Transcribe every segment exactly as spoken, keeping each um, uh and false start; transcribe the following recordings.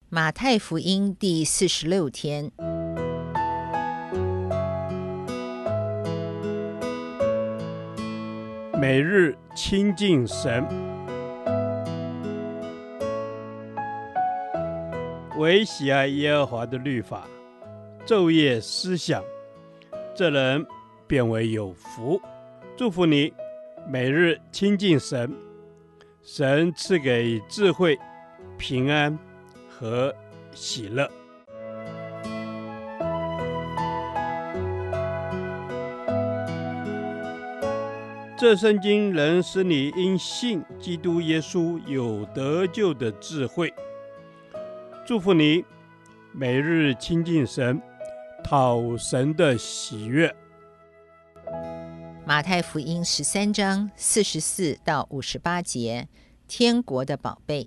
马太福音第四十六天， 每日亲近神，唯喜爱耶和华的律法，昼夜思想，这人便为有福。祝福你，每日亲近神，神赐给智慧、平安和喜乐。这圣经能使你因信基督耶稣有得救的智慧。祝福你，每日亲近神，讨神的喜悦。 马太福音十三章四十四到五十八节，天国的宝贝。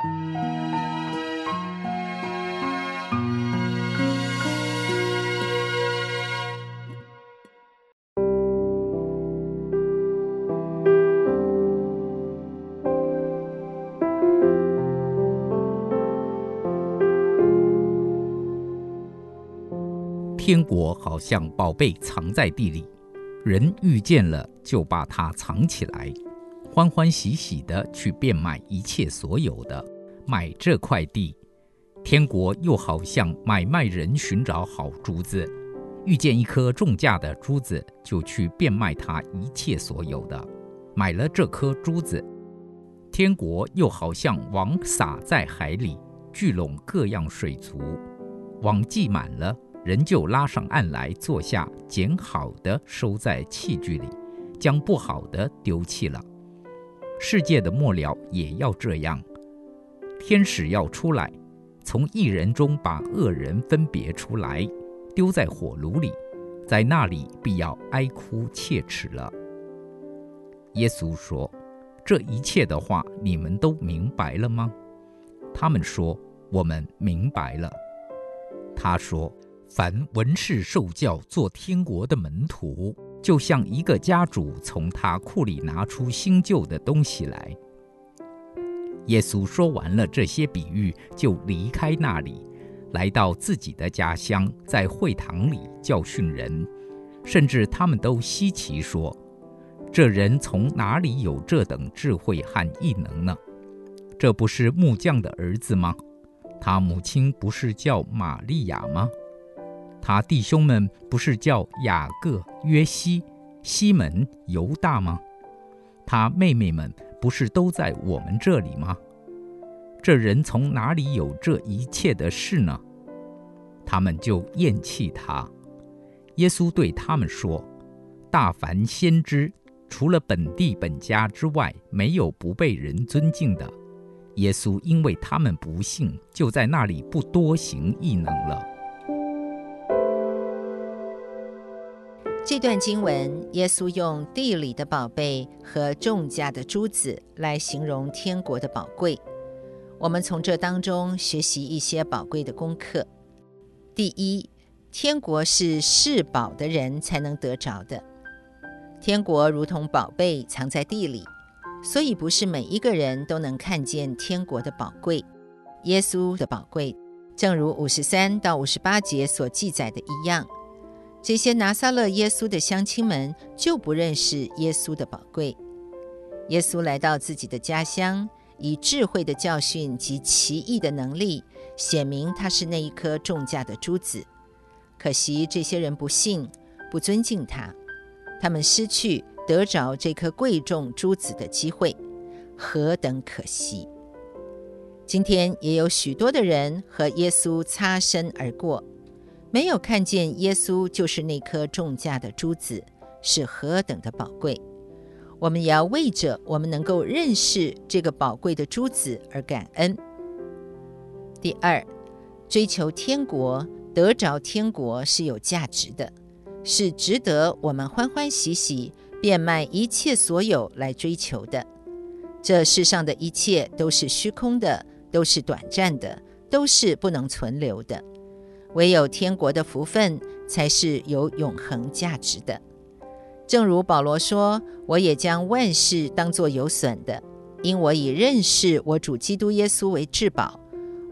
天国好像宝贝藏在地里，人遇见了就把它藏起来，欢欢喜喜地去变卖一切所有的，买这块地。天国又好像买卖人寻找好珠子，遇见一颗重价的珠子，就去变卖他一切所有的，买了这颗珠子。天国又好像网撒在海里，聚拢各样水族，网系满了，人就拉上岸来坐下，捡好的收在器具里，将不好的丢弃了。世界的末了也要这样，天使要出来，从义人中把恶人分别出来，丢在火炉里，在那里必要哀哭切齿了。耶稣说，这一切的话你们都明白了吗？他们说，我们明白了。他说，凡文士受教做天国的门徒，就像一个家主从他库里拿出新旧的东西来。耶稣说完了这些比喻，就离开那里，来到自己的家乡，在会堂里教训人，甚至他们都稀奇说，这人从哪里有这等智慧和异能呢？这不是木匠的儿子吗？他母亲不是叫玛利亚吗？他弟兄们不是叫雅各、约西、西门、犹大吗？他妹妹们不是都在我们这里吗？这人从哪里有这一切的事呢？他们就厌弃他。耶稣对他们说，大凡先知，除了本地本家之外，没有不被人尊敬的。耶稣因为他们不信，就在那里不多行异能了。 这段经文，耶稣用地里的宝贝和重价的珠子来形容天国的宝贵。我们从这当中学习一些宝贵的功课。第一，天国是视宝的人才能得着的。天国如同宝贝藏在地里，所以不是每一个人都能看见天国的宝贵。耶稣的宝贵，正如五十三到五十八节所记载的一样，这些拿撒勒耶稣的乡亲们就不认识耶稣的宝贵。耶稣来到自己的家乡，以智慧的教训及奇异的能力，显明他是那一颗重价的珠子。可惜这些人不信，不尊敬他，他们失去得着这颗贵重珠子的机会，何等可惜！今天也有许多的人和耶稣擦身而过，没有看见耶稣就是那颗重价的珠子，是何等的宝贵。我们也要为着我们能够认识这个宝贵的珠子而感恩。第二，追求天国，得着天国是有价值的，是值得我们欢欢喜喜变卖一切所有来追求的。这世上的一切都是虚空的，都是短暂的，都是不能存留的。唯有天国的福分才是有永恒价值的。正如保罗说，我也将万事当作有损的，因我以认识我主基督耶稣为至宝。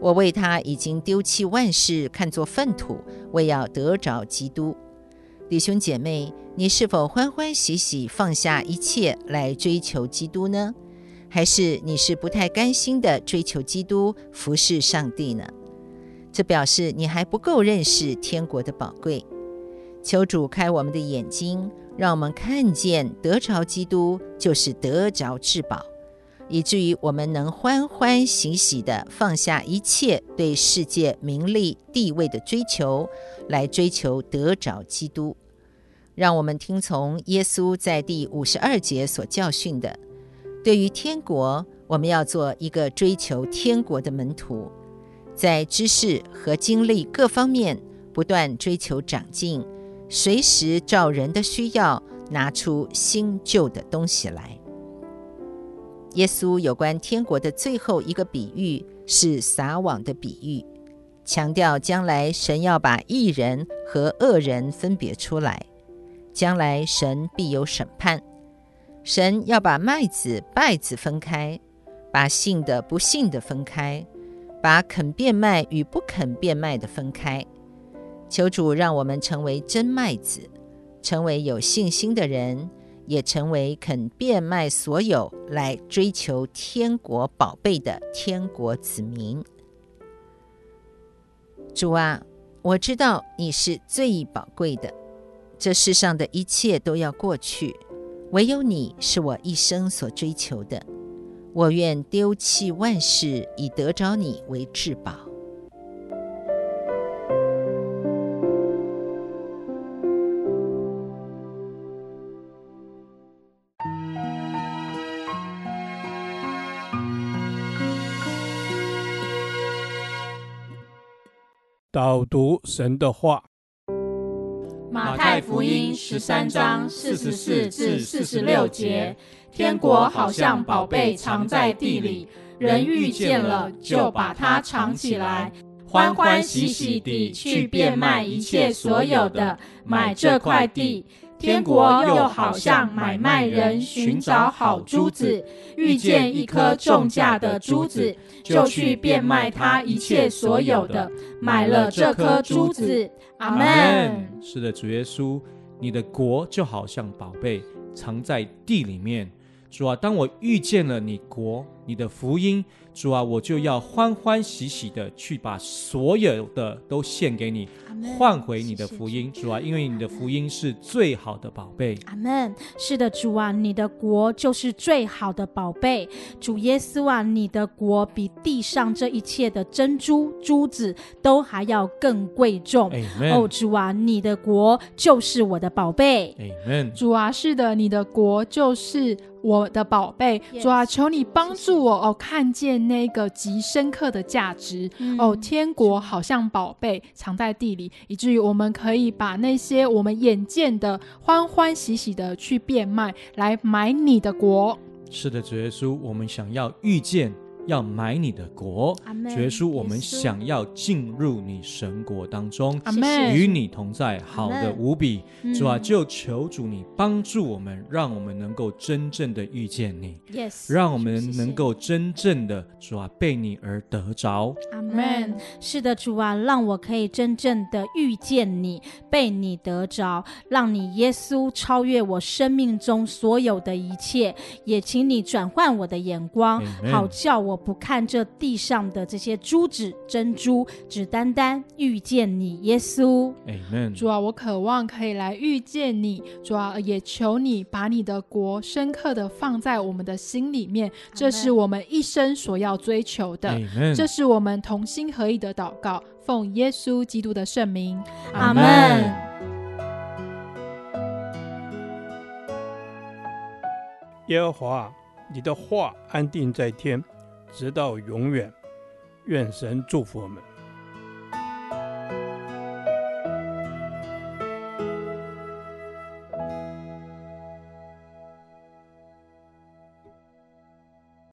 我为他已经丢弃万事，看作粪土，为要得着基督。弟兄姐妹，你是否欢欢喜喜放下一切来追求基督呢？还是你是不太甘心的追求基督，服侍上帝呢？这表示你还不够认识天国的宝贵。求主开我们的眼睛，让我们看见得着基督就是得着至宝，以至于我们能欢欢喜喜地放下一切对世界名利地位的追求，来追求得着基督。让我们听从耶稣在第五十二节所教训的，对于天国，我们要做一个追求天国的门徒，在知识和经历各方面不断追求长进，随时照人的需要拿出新旧的东西来。耶稣有关天国的最后一个比喻是撒网的比喻，强调将来神要把义人和恶人分别出来，将来神必有审判，神要把麦子稗子分开，把信的不信的分开，把肯变卖与不肯变卖的分开。求主让我们成为真麦子，成为有信心的人，也成为肯变卖所有来追求天国宝贝的天国子民。主啊，我知道你是最宝贵的，这世上的一切都要过去，唯有你是我一生所追求的。我愿丢弃万事，以得着你为至宝。 导读神的话。 马太福音十三章四十四至四十六节，天国好像宝贝藏在地里，人遇见了就把它藏起来，欢欢喜喜地去变卖一切所有的，买这块地。天国又好像买卖人寻找好珠子，遇见一颗重价的珠子，就去变卖他一切所有的，买了这颗珠子。阿们。 是的，主耶稣，你的国就好像宝贝藏在地里面。主啊，当我遇见了你国，你的福音，主啊，我就要欢欢喜喜的去把所有的都献给你，换回你的福音。主啊，因为你的福音是最好的宝贝。 阿们。是的，主啊，你的国就是最好的宝贝。主耶稣啊，你的国比地上这一切的珍珠珠子都还要更贵重。哦，主啊，你的国就是我的宝贝。 主啊，是的，你的国就是我的宝贝。主啊，求你帮助我哦，看见那个极深刻的价值、嗯、哦，天国好像宝贝藏在地里，以至于我们可以把那些我们眼见的欢欢喜喜的去变卖，来买你的国。 是的，主耶稣，我们想要遇见要买你的国。主耶稣，我们想要进入你神国当中，与你同在，好的无比。主啊，就求主你帮助我们，让我们能够真正的遇见你， yes, 让我们能够真正的主啊被你而得着。 阿们。是的，主啊，让我可以真正的遇见你，被你得着，让你耶稣超越我生命中所有的一切，也请你转换我的眼光， Amen. 好叫我我不看这地上的这些珠子珍珠，只单单遇见你耶稣。 Amen。 主啊，我渴望可以来遇见你。主啊，也求你把你的国深刻的放在我们的心里面，这是我们一生所要追求的。 Amen。 这是我们同心合意的祷告，奉耶稣基督的圣名。 阿们。 耶和华，你的话安定在天，直到永远。愿神祝福我们。